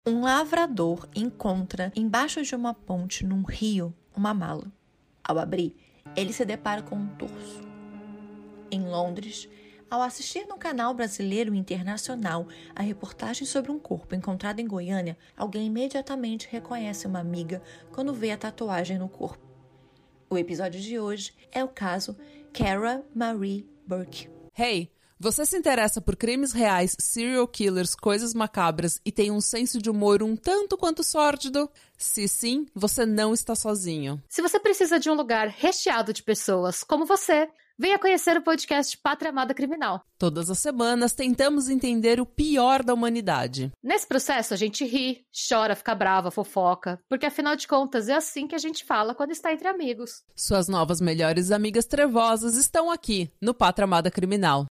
Um lavrador encontra, embaixo de uma ponte num rio, uma mala. Ao abrir, ele se depara com um torso. Em Londres, ao assistir no canal brasileiro e internacional a reportagem sobre um corpo encontrado em Goiânia, alguém imediatamente reconhece uma amiga quando vê a tatuagem no corpo. O episódio de hoje é o caso Kara Marie Burke. Hey! Você se interessa por crimes reais, serial killers, coisas macabras e tem um senso de humor um tanto quanto sórdido? Se sim, você não está sozinho. Se você precisa de um lugar recheado de pessoas como você, venha conhecer o podcast Pátria Amada Criminal. Todas as semanas tentamos entender o pior da humanidade. Nesse processo a gente ri, chora, fica brava, fofoca, porque afinal de contas é assim que a gente fala quando está entre amigos. Suas novas melhores amigas trevosas estão aqui, no Pátria Amada Criminal.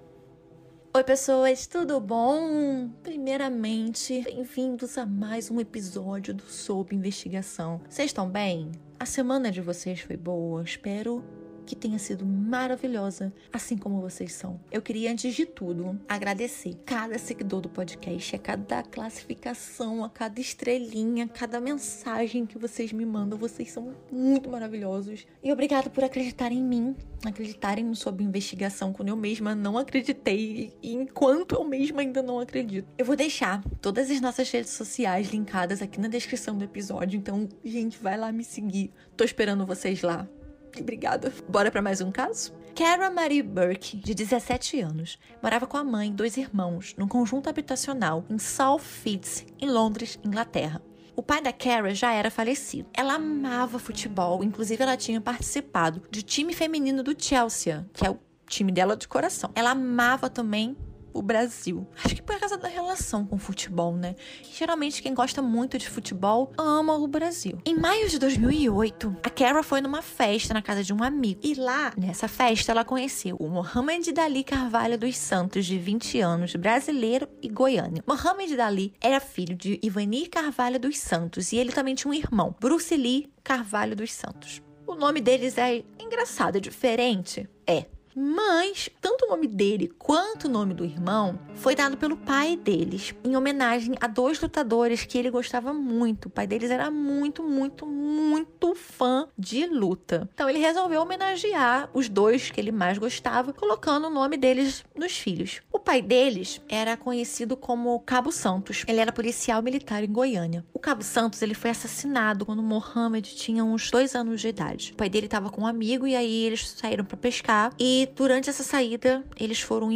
Oi pessoas, tudo bom? Primeiramente, bem-vindos a mais um episódio do Sob Investigação. Vocês estão bem? A semana de vocês foi boa, espero que tenha sido maravilhosa, assim como vocês são. Eu queria, antes de tudo, agradecer cada seguidor do podcast, a cada classificação, a cada estrelinha, a cada mensagem que vocês me mandam. Vocês são muito maravilhosos. E obrigada por acreditarem em mim, acreditarem no Sob Investigação, quando eu mesma não acreditei e enquanto eu mesma ainda não acredito. Eu vou deixar todas as nossas redes sociais linkadas aqui na descrição do episódio, então, gente, vai lá me seguir. Tô esperando vocês lá. Obrigada. Bora pra mais um caso? Kara Marie Burke, de 17 anos, morava com a mãe e 2 irmãos num conjunto habitacional em Salford, em Londres, Inglaterra. O pai da Kara já era falecido. Ela amava futebol, inclusive ela tinha participado do time feminino do Chelsea, que é o time dela de coração. Ela amava também o Brasil. Acho que por causa da relação com o futebol, né? Geralmente quem gosta muito de futebol ama o Brasil. Em maio de 2008, a Kara foi numa festa na casa de um amigo. E lá, nessa festa, ela conheceu o Mohamed Dali Carvalho dos Santos, de 20 anos, brasileiro e goiano. Mohamed Dali era filho de Ivani Carvalho dos Santos e ele também tinha um irmão, Bruce Lee Carvalho dos Santos. O nome deles é engraçado, é diferente? Mas, tanto o nome dele quanto o nome do irmão foi dado pelo pai deles, em homenagem a 2 lutadores que ele gostava muito. O pai deles era muito fã de luta. Então ele resolveu homenagear os 2 que ele mais gostava, colocando o nome deles nos filhos. O pai deles era conhecido como Cabo Santos. Ele era policial militar em Goiânia. O Cabo Santos, ele foi assassinado quando o Mohamed tinha uns 2 anos de idade. O pai dele estava com um amigo e aí eles saíram para pescar e durante essa saída, eles foram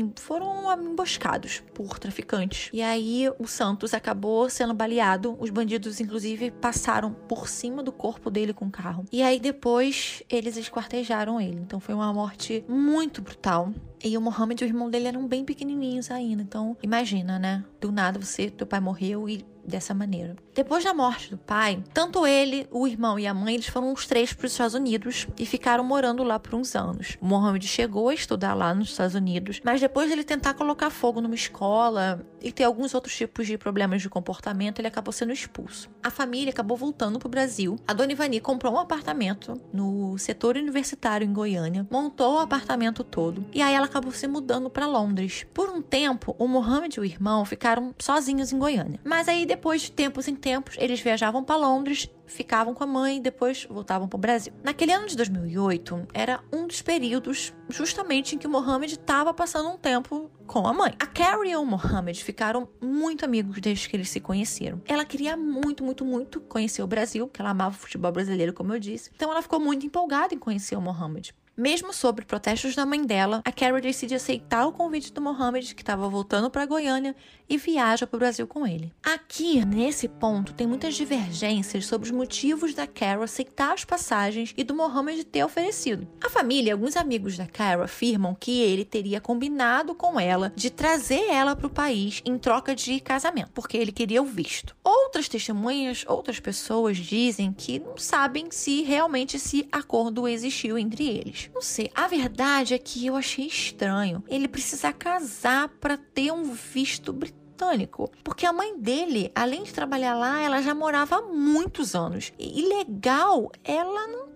emboscados por traficantes. E aí, o Santos acabou sendo baleado. Os bandidos, inclusive, passaram por cima do corpo dele com o carro. E aí, depois, eles esquartejaram ele. Então, foi uma morte muito brutal. E o Mohamed e o irmão dele eram bem pequenininhos ainda. Então, imagina, né? Do nada, teu pai morreu e dessa maneira. Depois da morte do pai, tanto ele, o irmão e a mãe, eles foram os 3 para os Estados Unidos e ficaram morando lá por uns anos. O Mohamed chegou a estudar lá nos Estados Unidos, mas depois de ele tentar colocar fogo numa escola e ter alguns outros tipos de problemas de comportamento, ele acabou sendo expulso. A família acabou voltando para o Brasil. A dona Ivani comprou um apartamento no setor universitário em Goiânia, montou o apartamento todo e aí ela acabou se mudando para Londres. Por um tempo, o Mohamed e o irmão ficaram sozinhos em Goiânia. Mas aí, depois de tempos em tempos, eles viajavam para Londres, ficavam com a mãe e depois voltavam para o Brasil. Naquele ano de 2008, era um dos períodos justamente em que o Mohamed estava passando um tempo com a mãe. A Kara e o Mohamed ficaram muito amigos desde que eles se conheceram. Ela queria muito conhecer o Brasil, porque ela amava o futebol brasileiro, como eu disse. Então ela ficou muito empolgada em conhecer o Mohamed. Mesmo sobre protestos da mãe dela, a Kara decide aceitar o convite do Mohamed, que estava voltando para Goiânia, e viaja para o Brasil com ele. Aqui, nesse ponto, tem muitas divergências sobre os motivos da Kara aceitar as passagens e do Mohamed ter oferecido. A família e alguns amigos da Kara afirmam que ele teria combinado com ela de trazer ela para o país em troca de casamento, porque ele queria o visto. Outras testemunhas, outras pessoas dizem que não sabem se realmente esse acordo existiu entre eles. Não sei, a verdade é que eu achei estranho ele precisar casar para ter um visto britânico, porque a mãe dele, além de trabalhar lá, ela já morava há muitos anos e legal ela não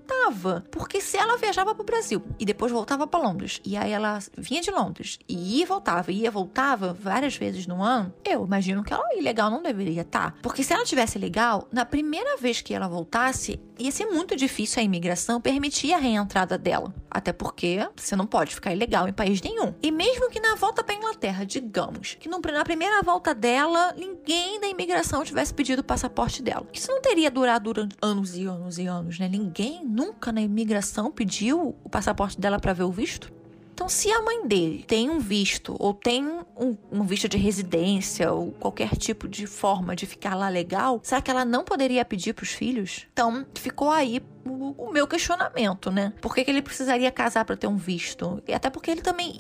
Tava. Porque se ela viajava pro Brasil e depois voltava pra Londres, e aí ela vinha de Londres e ia e voltava várias vezes no ano, eu imagino que ela ilegal não deveria estar. Porque se ela tivesse legal, na primeira vez que ela voltasse, ia ser muito difícil a imigração permitir a reentrada dela. Até porque você não pode ficar ilegal em país nenhum. E mesmo que na volta pra Inglaterra, digamos, que na primeira volta dela, ninguém da imigração tivesse pedido o passaporte dela. Isso não teria durado durante anos e anos e anos, né? Ninguém nunca na imigração pediu o passaporte dela pra ver o visto. Então, se a mãe dele tem um visto, ou tem um visto de residência, ou qualquer tipo de forma de ficar lá legal, será que ela não poderia pedir pros filhos? Então, ficou aí o meu questionamento, né? Por que ele precisaria casar pra ter um visto? E até porque ele também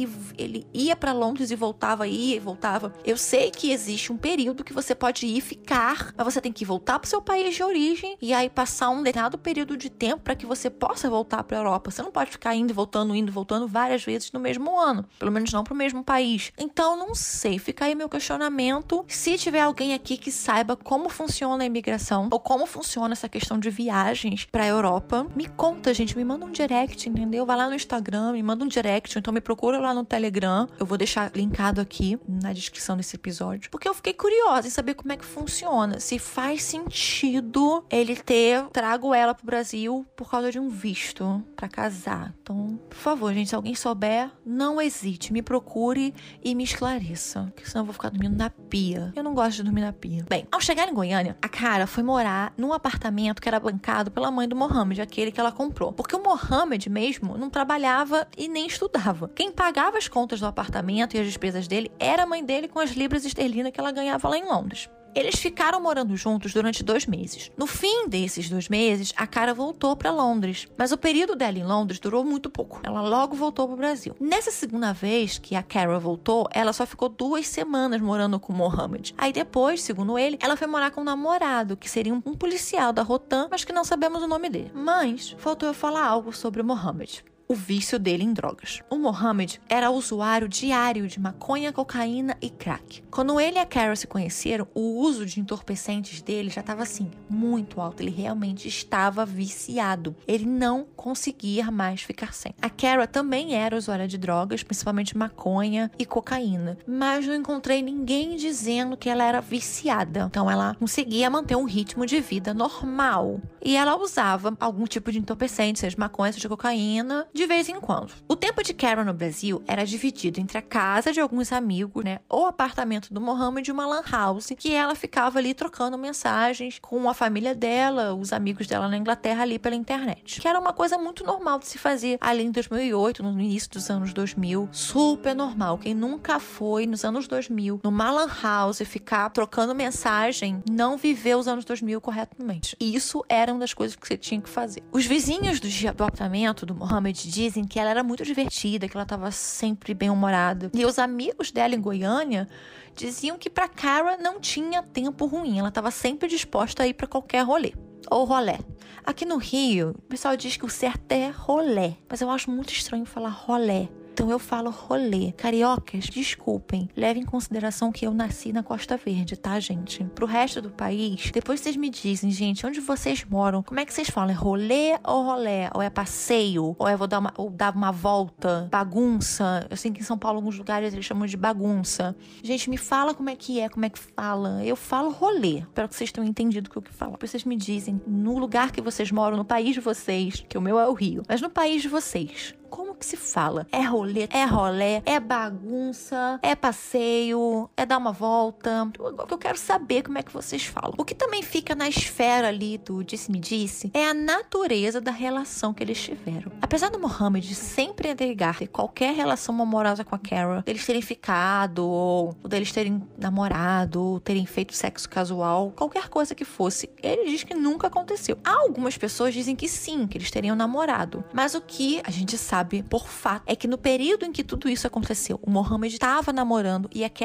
ele ia pra Londres e voltava, ia e voltava. Eu sei que existe um período que você pode ir ficar, mas você tem que voltar pro seu país de origem e aí passar um determinado período de tempo pra que você possa voltar pra Europa. Você não pode ficar indo e voltando várias vezes no mesmo ano. Pelo menos não pro mesmo país. Então, não sei. Fica aí meu questionamento. Se tiver alguém aqui que saiba como funciona a imigração ou como funciona essa questão de viagens pra Europa, me conta, gente, me manda um direct, entendeu? Vai lá no Instagram, me manda um direct, ou então me procura lá no Telegram. Eu vou deixar linkado aqui na descrição desse episódio, porque eu fiquei curiosa em saber como é que funciona, se faz sentido ele ter trago ela pro Brasil por causa de um visto pra casar. Então, por favor, gente, se alguém souber, não hesite, me procure e me esclareça, porque senão eu vou ficar dormindo na pia. Eu não gosto de dormir na pia. Bem, ao chegar em Goiânia, a Cara foi morar num apartamento que era bancado pela mãe do Mohamed, aquele que ela comprou. Porque o Mohamed mesmo não trabalhava e nem estudava. Quem pagava as contas do apartamento e as despesas dele era a mãe dele com as libras esterlinas que ela ganhava lá em Londres. Eles ficaram morando juntos durante 2 meses. No fim desses 2 meses, a Cara voltou para Londres. Mas o período dela em Londres durou muito pouco. Ela logo voltou para o Brasil. Nessa segunda vez que a Cara voltou, ela só ficou 2 semanas morando com o Mohamed. Aí depois, segundo ele, ela foi morar com um namorado, que seria um policial da Rotan, mas que não sabemos o nome dele. Mas faltou eu falar algo sobre o Mohamed. O vício dele em drogas. O Mohamed era usuário diário de maconha, cocaína e crack. Quando ele e a Cara se conheceram, o uso de entorpecentes dele já estava assim, muito alto. Ele realmente estava viciado. Ele não conseguia mais ficar sem. A Cara também era usuária de drogas, principalmente maconha e cocaína. Mas não encontrei ninguém dizendo que ela era viciada. Então ela conseguia manter um ritmo de vida normal. E ela usava algum tipo de entorpecente, seja maconha, seja cocaína, de vez em quando. O tempo de Cara no Brasil era dividido entre a casa de alguns amigos, né, ou o apartamento do Mohamed e uma lan house, que ela ficava ali trocando mensagens com a família dela, os amigos dela na Inglaterra ali pela internet. Que era uma coisa muito normal de se fazer ali em 2008, no início dos anos 2000. Super normal. Quem nunca foi nos anos 2000 numa lan house ficar trocando mensagem não viveu os anos 2000 corretamente. E isso era uma das coisas que você tinha que fazer. Os vizinhos do apartamento do Mohamed dizem que ela era muito divertida, que ela estava sempre bem-humorada. E os amigos dela em Goiânia diziam que pra Cara não tinha tempo ruim. Ela estava sempre disposta a ir pra qualquer rolê. Ou rolé. Aqui no Rio, o pessoal diz que o certo é rolé. Mas eu acho muito estranho falar rolé. Então eu falo rolê. Cariocas, desculpem. Levem em consideração que eu nasci na Costa Verde, tá, gente? Pro resto do país, depois vocês me dizem, gente, onde vocês moram? Como é que vocês falam? É rolê ou rolé? Ou é passeio? Ou é vou dar uma volta? Bagunça? Eu sei que em São Paulo, alguns lugares, eles chamam de bagunça. Gente, me fala como é que fala. Eu falo rolê. Espero que vocês tenham entendido o que eu falo. Depois vocês me dizem, no lugar que vocês moram, no país de vocês, que o meu é o Rio, mas no país de vocês, como que se fala? É rolê? É rolé? É bagunça? É passeio? É dar uma volta? Eu quero saber como é que vocês falam. O que também fica na esfera ali do disse-me-disse é a natureza da relação que eles tiveram. Apesar do Mohamed sempre negar ter qualquer relação amorosa com a Cara, deles terem ficado, ou deles terem namorado, ou terem feito sexo casual, qualquer coisa que fosse, ele diz que nunca aconteceu. Algumas pessoas dizem que sim, que eles teriam namorado. Mas o que a gente sabe por fato é que no período em que tudo isso aconteceu, o Mohamed estava namorando e a Cara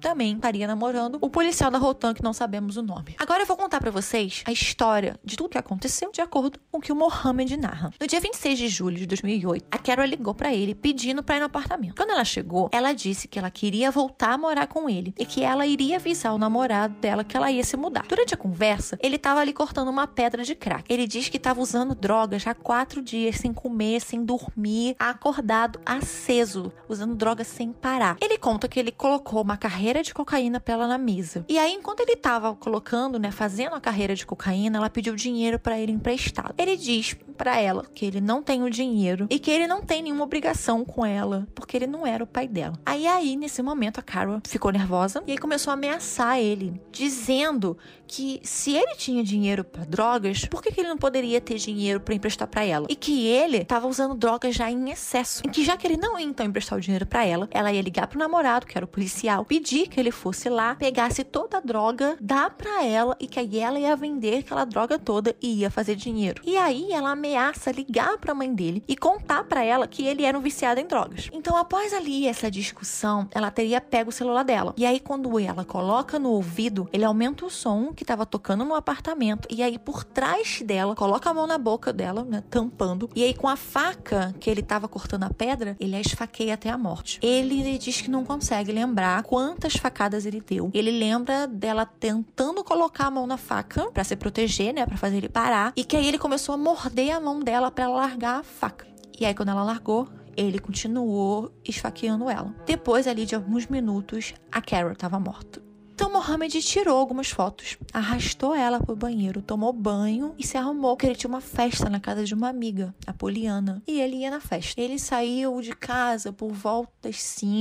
também estaria namorando o policial da Rotan, que não sabemos o nome. Agora eu vou contar pra vocês a história de tudo que aconteceu de acordo com o que o Mohamed narra. No dia 26 de julho de 2008, a Carol ligou pra ele pedindo pra ir no apartamento. Quando ela chegou, ela disse que ela queria voltar a morar com ele e que ela iria avisar o namorado dela que ela ia se mudar. Durante a conversa, ele tava ali cortando uma pedra de crack. Ele diz que tava usando drogas há 4 dias, sem comer, sem dormir, acordado, aceso, usando drogas sem parar. Ele conta que ele colocou uma carreira de cocaína pra ela na mesa. E aí, enquanto ele tava colocando, fazendo a carreira de cocaína, ela pediu dinheiro pra ele emprestado. Ele diz pra ela que ele não tem o dinheiro e que ele não tem nenhuma obrigação com ela, porque ele não era o pai dela. Aí, nesse momento, a Carol ficou nervosa e aí começou a ameaçar ele, dizendo que se ele tinha dinheiro pra drogas, por que ele não poderia ter dinheiro pra emprestar pra ela? E que ele tava usando drogas já em excesso. E que já que ele não ia então emprestar o dinheiro pra ela ia ligar pro namorado, que era o policial, pedir que ele fosse lá, pegasse toda a droga, dar pra ela e que aí ela ia vender aquela droga toda e ia fazer dinheiro. E aí ela ameaça ligar pra mãe dele e contar pra ela que ele era um viciado em drogas. Então, após ali essa discussão, ela teria pego o celular dela. E aí, quando ela coloca no ouvido, ele aumenta o som que tava tocando no apartamento. E aí, por trás dela, coloca a mão na boca dela, tampando. E aí, com a faca que ele tava cortando a pedra, ele a esfaqueia até a morte. Ele diz que não consegue lembrar quantas facadas ele deu. Ele lembra dela tentando colocar a mão na faca pra se proteger, pra fazer ele parar. E que aí ele começou a morder a mão dela pra ela largar a faca. E aí, quando ela largou, ele continuou esfaqueando ela. Depois, ali de alguns minutos, a Carol estava morta. Então, Mohamed tirou algumas fotos, arrastou ela pro banheiro, tomou banho e se arrumou, porque ele tinha uma festa na casa de uma amiga, a Poliana, e ele ia na festa. Ele saiu de casa por volta das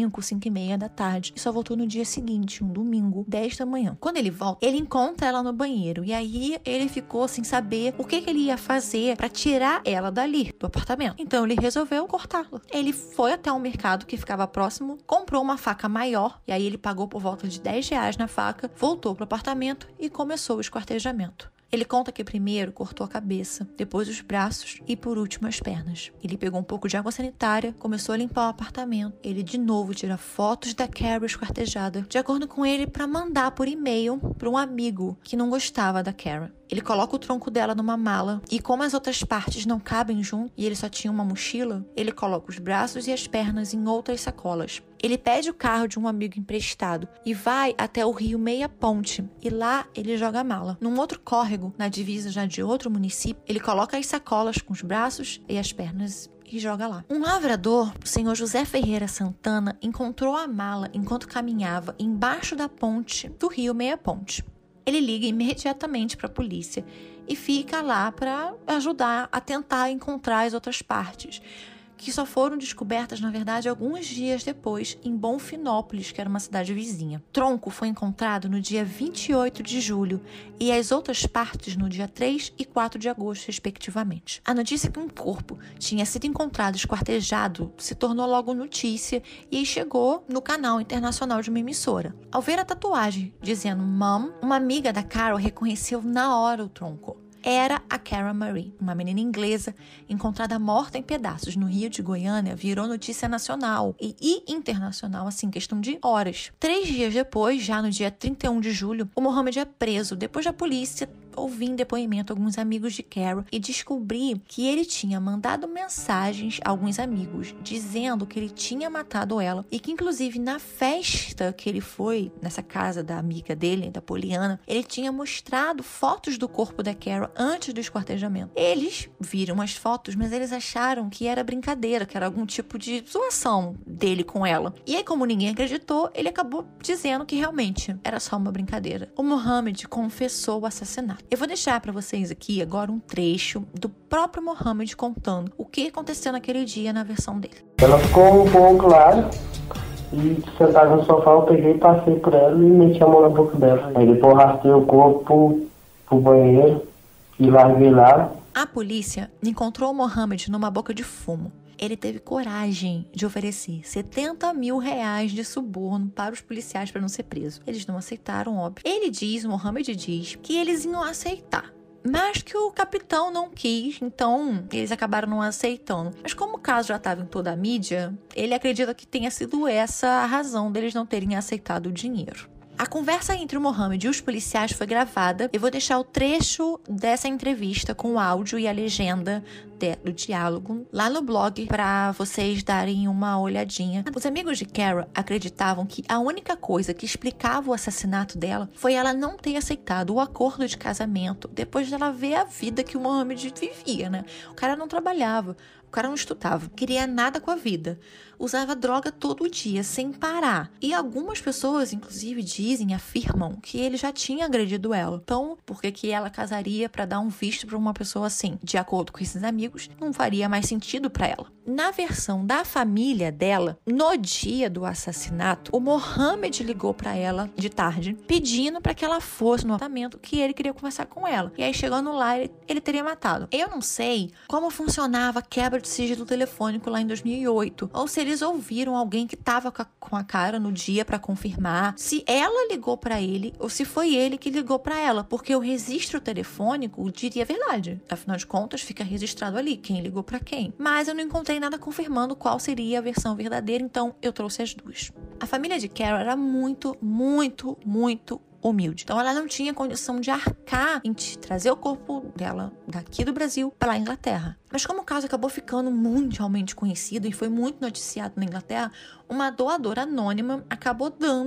5h30 da tarde e só voltou no dia seguinte, um domingo, 10 da manhã. Quando ele volta, ele encontra ela no banheiro e aí ele ficou sem saber o que ele ia fazer pra tirar ela dali, do apartamento. Então, ele resolveu cortá-la. Ele foi até um mercado que ficava próximo, comprou uma faca maior e aí ele pagou por volta de R$10 na faca, voltou pro apartamento e começou o esquartejamento. Ele conta que primeiro cortou a cabeça, depois os braços e por último as pernas. Ele pegou um pouco de água sanitária, começou a limpar o apartamento. Ele de novo tira fotos da Carol esquartejada, de acordo com ele, para mandar por e-mail para um amigo que não gostava da Carol. Ele coloca o tronco dela numa mala e como as outras partes não cabem junto e ele só tinha uma mochila, ele coloca os braços e as pernas em outras sacolas. Ele pede o carro de um amigo emprestado e vai até o rio Meia Ponte e lá ele joga a mala. Num outro córrego, na divisa já de outro município, ele coloca as sacolas com os braços e as pernas e joga lá. Um lavrador, o senhor José Ferreira Santana, encontrou a mala enquanto caminhava embaixo da ponte do rio Meia Ponte. Ele liga imediatamente para a polícia e fica lá para ajudar a tentar encontrar as outras partes, que só foram descobertas, na verdade, alguns dias depois, em Bonfinópolis, que era uma cidade vizinha. O tronco foi encontrado no dia 28 de julho e as outras partes no dia 3 e 4 de agosto, respectivamente. A notícia que um corpo tinha sido encontrado esquartejado se tornou logo notícia e chegou no canal internacional de uma emissora. Ao ver a tatuagem dizendo Mom, uma amiga da Carol reconheceu na hora o tronco. Era a Cara Marie, uma menina inglesa encontrada morta em pedaços no Rio de Goiânia, virou notícia nacional e internacional, assim, questão de horas. 3 dias depois, já no dia 31 de julho, o Mohamed é preso depois da polícia ouvir em depoimento alguns amigos de Carol e descobri que ele tinha mandado mensagens a alguns amigos dizendo que ele tinha matado ela e que inclusive na festa que ele foi, nessa casa da amiga dele, da Poliana, ele tinha mostrado fotos do corpo da Carol antes do esquartejamento. Eles viram as fotos, mas eles acharam que era brincadeira, que era algum tipo de zoação dele com ela. E aí, como ninguém acreditou, ele acabou dizendo que realmente era só uma brincadeira. O Mohamed confessou o assassinato. Eu vou deixar para vocês aqui agora um trecho do próprio Mohamed contando o que aconteceu naquele dia na versão dele. Ela ficou um pouco clara e sentada no sofá, eu peguei, passei por ela e meti a mão na boca dela. Aí depois arrastei o corpo pro banheiro e larguei lá. A polícia encontrou o Mohamed numa boca de fumo. Ele teve coragem de oferecer R$70 mil de suborno para os policiais para não ser preso. Eles não aceitaram, óbvio. O Mohamed diz que eles iam aceitar, mas que o capitão não quis, então eles acabaram não aceitando. Mas como o caso já estava em toda a mídia, ele acredita que tenha sido essa a razão deles não terem aceitado o dinheiro. A conversa entre o Mohamed e os policiais foi gravada. Eu vou deixar o trecho dessa entrevista com o áudio e a legenda do diálogo lá no blog para vocês darem uma olhadinha. Os amigos de Cara acreditavam que a única coisa que explicava o assassinato dela foi ela não ter aceitado o acordo de casamento depois dela ver a vida que o Mohamed vivia, né? O cara não trabalhava, o cara não estudava, queria nada com a vida. Usava droga todo dia, sem parar. E algumas pessoas, inclusive, afirmam que ele já tinha agredido ela. Então, por que ela casaria para dar um visto para uma pessoa assim? De acordo com esses amigos, não faria mais sentido para ela. Na versão da família dela, no dia do assassinato, o Mohamed ligou para ela de tarde, pedindo para que ela fosse no apartamento, que ele queria conversar com ela. E aí, chegando lá, ele teria matado. Eu não sei como funcionava a quebra de sigilo telefônico lá em 2008, ou se eles ouviram alguém que estava com a Cara no dia para confirmar se ela ligou para ele ou se foi ele que ligou para ela, porque o registro telefônico diria a verdade. Afinal de contas, fica registrado ali quem ligou para quem. Mas eu não encontrei nada confirmando qual seria a versão verdadeira, então eu trouxe as duas. A família de Cara era muito, muito, muito humilde. Então ela não tinha condição de arcar em trazer o corpo dela daqui do Brasil para a Inglaterra. Mas como o caso acabou ficando mundialmente conhecido e foi muito noticiado na Inglaterra, uma doadora anônima acabou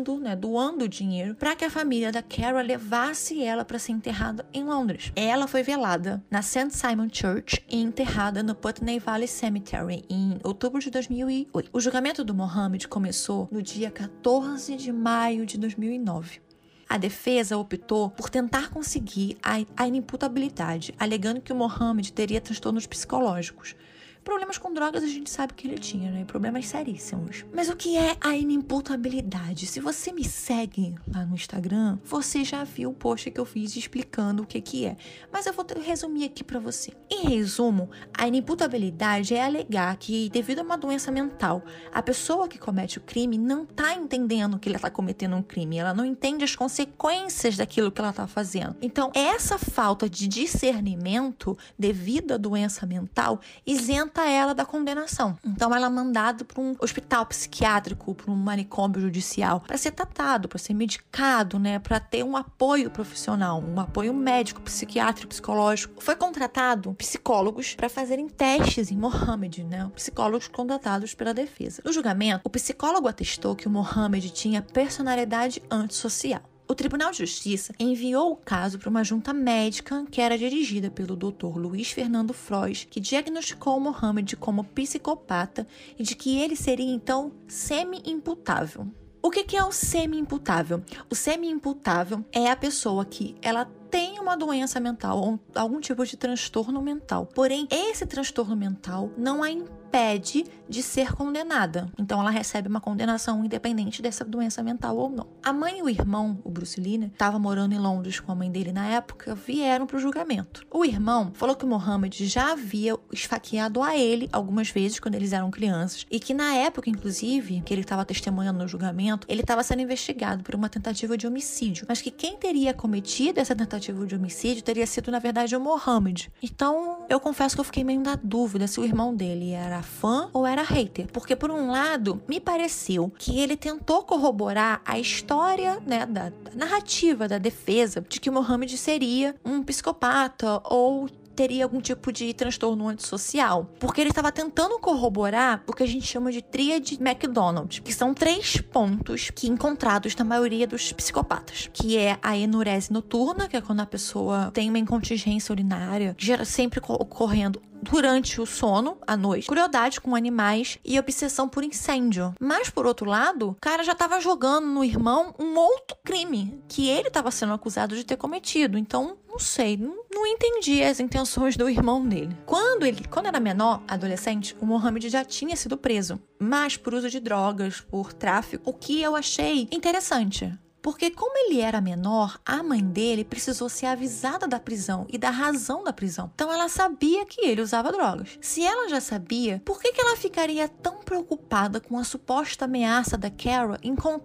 doando dinheiro para que a família da Cara levasse ela para ser enterrada em Londres. Ela foi velada na St. Simon Church e enterrada no Putney Valley Cemetery em outubro de 2008. O julgamento do Mohamed começou no dia 14 de maio de 2009. A defesa optou por tentar conseguir a inimputabilidade, alegando que o Mohamed teria transtornos psicológicos. Problemas com drogas a gente sabe que ele tinha, né? Problemas seríssimos. Mas o que é a inimputabilidade? Se você me segue lá no Instagram, você já viu o post que eu fiz explicando o que é. Mas eu vou resumir aqui pra você. Em resumo, a inimputabilidade é alegar que, devido a uma doença mental, a pessoa que comete o crime não tá entendendo que ela tá cometendo um crime. Ela não entende as consequências daquilo que ela tá fazendo. Então, essa falta de discernimento devido à doença mental isenta ela da condenação. Então ela é mandada para um hospital psiquiátrico, para um manicômio judicial, para ser tratado, para ser medicado, né, para ter um apoio profissional, um apoio médico, psiquiátrico, psicológico. Foi contratado psicólogos para fazerem testes em Mohamed, né, psicólogos contratados pela defesa. No julgamento, o psicólogo atestou que o Mohamed tinha personalidade antissocial. O Tribunal de Justiça enviou o caso para uma junta médica que era dirigida pelo Dr. Luiz Fernando Frois, que diagnosticou o Mohamed como psicopata e de que ele seria, então, semi-imputável. O que é o semi-imputável? O semi-imputável é a pessoa que ela tem uma doença mental ou algum tipo de transtorno mental. Porém, esse transtorno mental não a impede de ser condenada. Então, ela recebe uma condenação independente dessa doença mental ou não. A mãe e o irmão, o Bruce Lee, estava morando em Londres com a mãe dele na época, vieram para o julgamento. O irmão falou que o Mohamed já havia esfaqueado a ele algumas vezes quando eles eram crianças e que na época, inclusive, que ele estava testemunhando no julgamento, ele estava sendo investigado por uma tentativa de homicídio, mas que quem teria cometido essa tentativa de homicídio teria sido, na verdade, o Mohamed. Então, eu confesso que eu fiquei meio na dúvida se o irmão dele era fã ou era hater. Porque, por um lado, me pareceu que ele tentou corroborar a história, né, da narrativa da defesa de que o Mohamed seria um psicopata ou teria algum tipo de transtorno antissocial. Porque ele estava tentando corroborar o que a gente chama de tríade McDonald, que são 3 pontos que encontrados na maioria dos psicopatas, que é a enurese noturna, que é quando a pessoa tem uma incontinência urinária, sempre ocorrendo durante o sono, à noite, crueldade com animais e obsessão por incêndio. Mas, por outro lado, o cara já estava jogando no irmão um outro crime que ele estava sendo acusado de ter cometido. Então, não sei, não entendi as intenções do irmão dele. Quando era menor, adolescente, o Mohamed já tinha sido preso, mas por uso de drogas, por tráfico, o que eu achei interessante. Porque como ele era menor, a mãe dele precisou ser avisada da prisão e da razão da prisão. Então ela sabia que ele usava drogas. Se ela já sabia, por que ela ficaria tão preocupada com a suposta ameaça da Cara em contar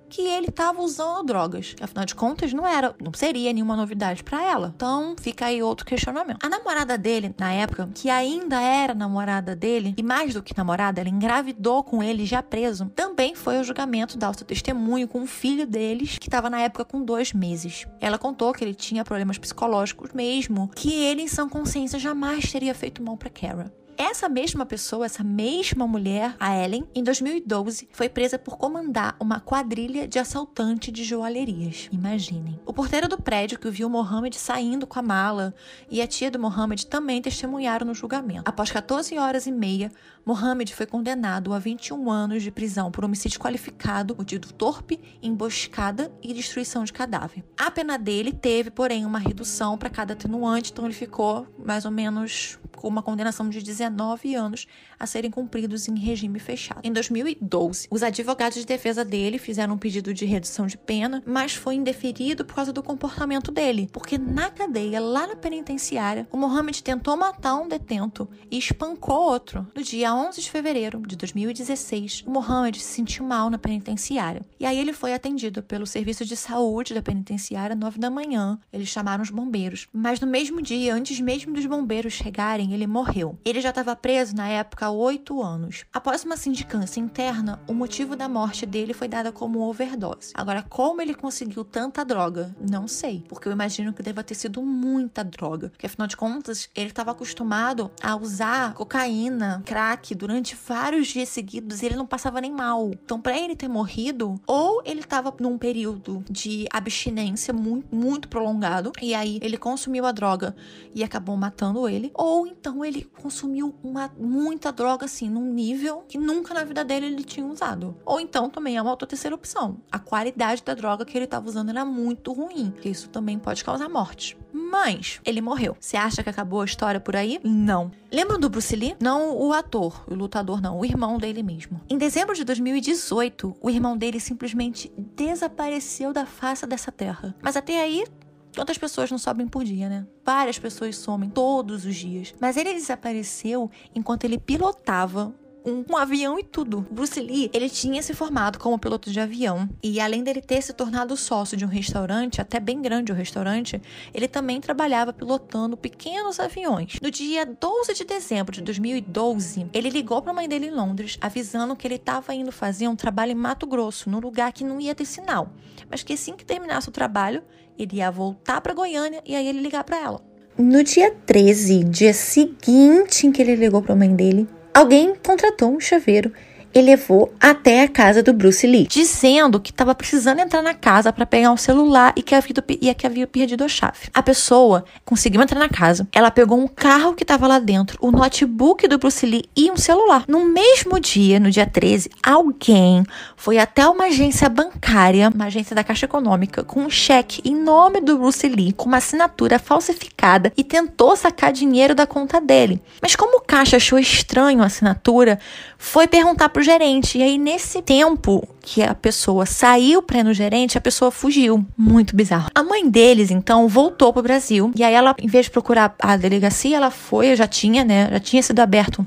que ele estava usando drogas. Afinal de contas, não seria nenhuma novidade pra ela. Então, fica aí outro questionamento. A namorada dele, na época, que ainda era namorada dele, e mais do que namorada, ela engravidou com ele já preso, também foi ao julgamento dar o seu testemunho com o filho deles, que estava na época com 2 meses. Ela contou que ele tinha problemas psicológicos mesmo, que ele, em sã consciência, jamais teria feito mal pra Kara. Essa mesma pessoa, essa mesma mulher, a Ellen, em 2012, foi presa por comandar uma quadrilha de assaltante de joalherias. Imaginem. O porteiro do prédio que viu Mohamed saindo com a mala e a tia do Mohamed também testemunharam no julgamento. Após 14 horas e meia, Mohamed foi condenado a 21 anos de prisão por homicídio qualificado, motivo torpe, emboscada e destruição de cadáver. A pena dele teve, porém, uma redução para cada atenuante, então ele ficou mais ou menos com uma condenação de 19 anos a serem cumpridos em regime fechado. Em 2012, os advogados de defesa dele fizeram um pedido de redução de pena, mas foi indeferido por causa do comportamento dele, porque na cadeia, lá na penitenciária, o Mohamed tentou matar um detento e espancou outro. No dia 11 de fevereiro de 2016, o Mohamed se sentiu mal na penitenciária. E aí ele foi atendido pelo serviço de saúde da penitenciária às 9 da manhã. Eles chamaram os bombeiros. Mas no mesmo dia, antes mesmo dos bombeiros chegarem, ele morreu. Ele já estava preso na época há 8 anos. Após uma sindicância interna, o motivo da morte dele foi dada como overdose. Agora, como ele conseguiu tanta droga? Não sei, porque eu imagino que deva ter sido muita droga. Porque, afinal de contas, ele estava acostumado a usar cocaína, crack, durante vários dias seguidos e ele não passava nem mal. Então, para ele ter morrido, ou ele estava num período de abstinência muito prolongado, e aí ele consumiu a droga e acabou matando ele, ou então ele consumiu muita droga, assim, num nível que nunca na vida dele ele tinha usado. Ou então também é uma outra terceira opção. A qualidade da droga que ele estava usando era muito ruim, que isso também pode causar morte. Mas ele morreu. Você acha que acabou a história por aí? Não. Lembram do Bruce Lee? Não o ator, o lutador não, o irmão dele mesmo. Em dezembro de 2018, o irmão dele simplesmente desapareceu da face dessa terra. Mas até aí, quantas pessoas não sobem por dia, né? Várias pessoas somem todos os dias. Mas ele desapareceu enquanto ele pilotava um avião e tudo. Bruce Lee, ele tinha se formado como piloto de avião e além dele ter se tornado sócio de um restaurante, até bem grande o restaurante, ele também trabalhava pilotando pequenos aviões. No dia 12 de dezembro de 2012, ele ligou para a mãe dele em Londres, avisando que ele estava indo fazer um trabalho em Mato Grosso, num lugar que não ia ter sinal, mas que assim que terminasse o trabalho, ele ia voltar para Goiânia e aí ele ligar para ela. No dia 13, dia seguinte em que ele ligou para a mãe dele, alguém contratou um chaveiro e levou até a casa do Bruce Lee, dizendo que estava precisando entrar na casa para pegar um celular e que havia perdido a chave. A pessoa conseguiu entrar na casa, ela pegou um carro que estava lá dentro, o notebook do Bruce Lee e um celular. No mesmo dia, no dia 13, alguém foi até uma agência bancária, uma agência da Caixa Econômica, com um cheque em nome do Bruce Lee, com uma assinatura falsificada e tentou sacar dinheiro da conta dele. Mas como o caixa achou estranho a assinatura, foi perguntar pro gerente. E aí, nesse tempo que a pessoa saiu pra ir no gerente, a pessoa fugiu. Muito bizarro. A mãe deles, então, voltou pro Brasil. E aí, ela, em vez de procurar a delegacia, ela foi, já tinha sido aberto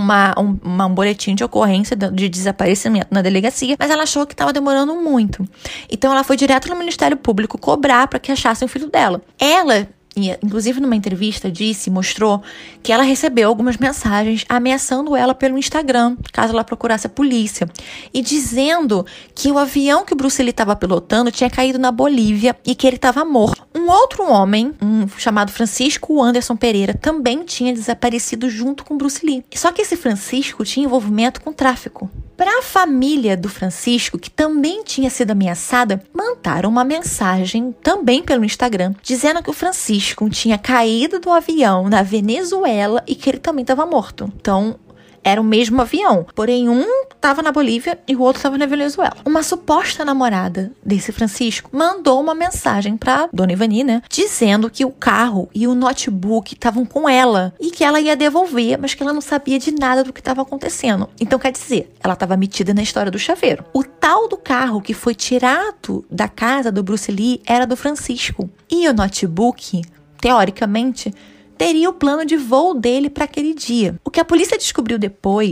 um boletim de ocorrência de desaparecimento na delegacia, mas ela achou que estava demorando muito. Então, ela foi direto no Ministério Público cobrar para que achassem o filho dela. Ela, inclusive numa entrevista, mostrou que ela recebeu algumas mensagens ameaçando ela pelo Instagram, caso ela procurasse a polícia, e dizendo que o avião que o Bruce Lee estava pilotando tinha caído na Bolívia e que ele estava morto. Um outro homem, chamado Francisco Anderson Pereira, também tinha desaparecido junto com Bruce Lee. Só que esse Francisco tinha envolvimento com tráfico. Para a família do Francisco, que também tinha sido ameaçada, mandaram uma mensagem também pelo Instagram, dizendo que o Francisco tinha caído do avião na Venezuela e que ele também estava morto. Então, era o mesmo avião, porém um estava na Bolívia e o outro estava na Venezuela. Uma suposta namorada desse Francisco mandou uma mensagem para Dona Ivani, dizendo que o carro e o notebook estavam com ela e que ela ia devolver, mas que ela não sabia de nada do que estava acontecendo. Então, quer dizer, ela estava metida na história do chaveiro. O tal do carro que foi tirado da casa do Bruce Lee era do Francisco. E o notebook, teoricamente, teria o plano de voo dele para aquele dia. O que a polícia descobriu depois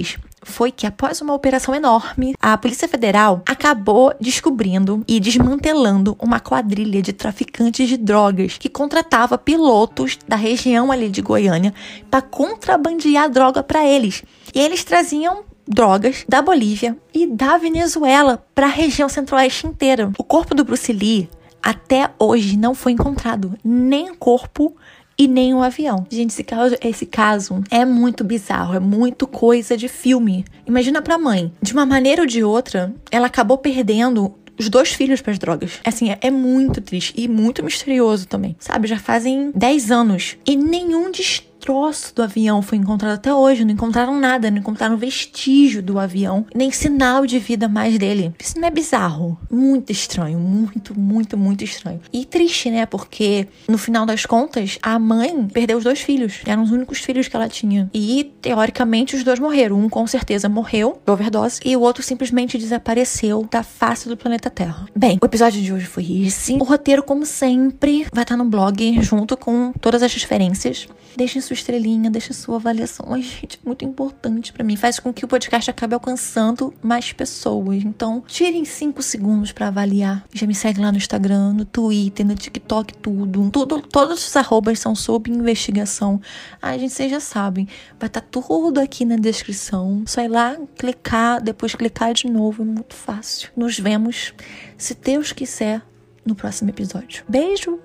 foi que, após uma operação enorme, a Polícia Federal acabou descobrindo e desmantelando uma quadrilha de traficantes de drogas que contratava pilotos da região ali de Goiânia para contrabandear droga para eles. E eles traziam drogas da Bolívia e da Venezuela para a região centro-oeste inteira. O corpo do Bruce Lee até hoje não foi encontrado, nem o corpo e nem o avião. Gente, esse caso é muito bizarro, é muito coisa de filme. Imagina pra mãe. De uma maneira ou de outra, ela acabou perdendo os 2 filhos pras drogas. Assim, é muito triste e muito misterioso também. Sabe, já fazem 10 anos e nenhum destroço do avião foi encontrado até hoje. Não encontraram nada, não encontraram vestígio do avião, nem sinal de vida mais dele. Isso não é bizarro? Muito estranho, muito, muito, muito estranho. E triste, né? Porque no final das contas, a mãe perdeu os 2 filhos. Eram os únicos filhos que ela tinha. E, teoricamente, os 2 morreram. Um, com certeza, morreu de overdose e o outro simplesmente desapareceu da face do planeta Terra. Bem, o episódio de hoje foi esse. O roteiro, como sempre, vai estar no blog, junto com todas as referências. Deixem sua estrelinha, deixem sua avaliação. Ai, gente, é muito importante pra mim. Faz com que o podcast acabe alcançando mais pessoas. Então, tirem 5 segundos pra avaliar. Já me segue lá no Instagram, no Twitter, no TikTok, tudo. Todos os arrobas são sob investigação. Ai, gente, vocês já sabem. Vai estar tudo aqui na descrição. Só ir lá, clicar, depois clicar de novo. É muito fácil. Nos vemos, se Deus quiser, no próximo episódio. Beijo!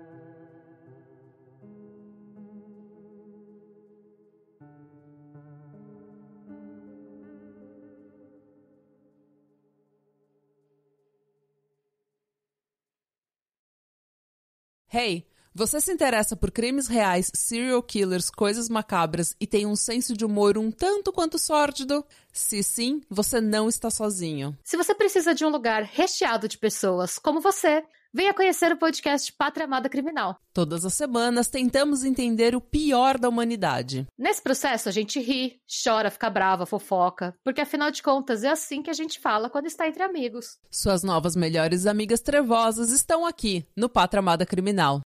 Hey, você se interessa por crimes reais, serial killers, coisas macabras e tem um senso de humor um tanto quanto sórdido? Se sim, você não está sozinho. Se você precisa de um lugar recheado de pessoas como você, venha conhecer o podcast Pátria Amada Criminal. Todas as semanas tentamos entender o pior da humanidade. Nesse processo a gente ri, chora, fica brava, fofoca, porque afinal de contas é assim que a gente fala quando está entre amigos. Suas novas melhores amigas trevosas estão aqui no Pátria Amada Criminal.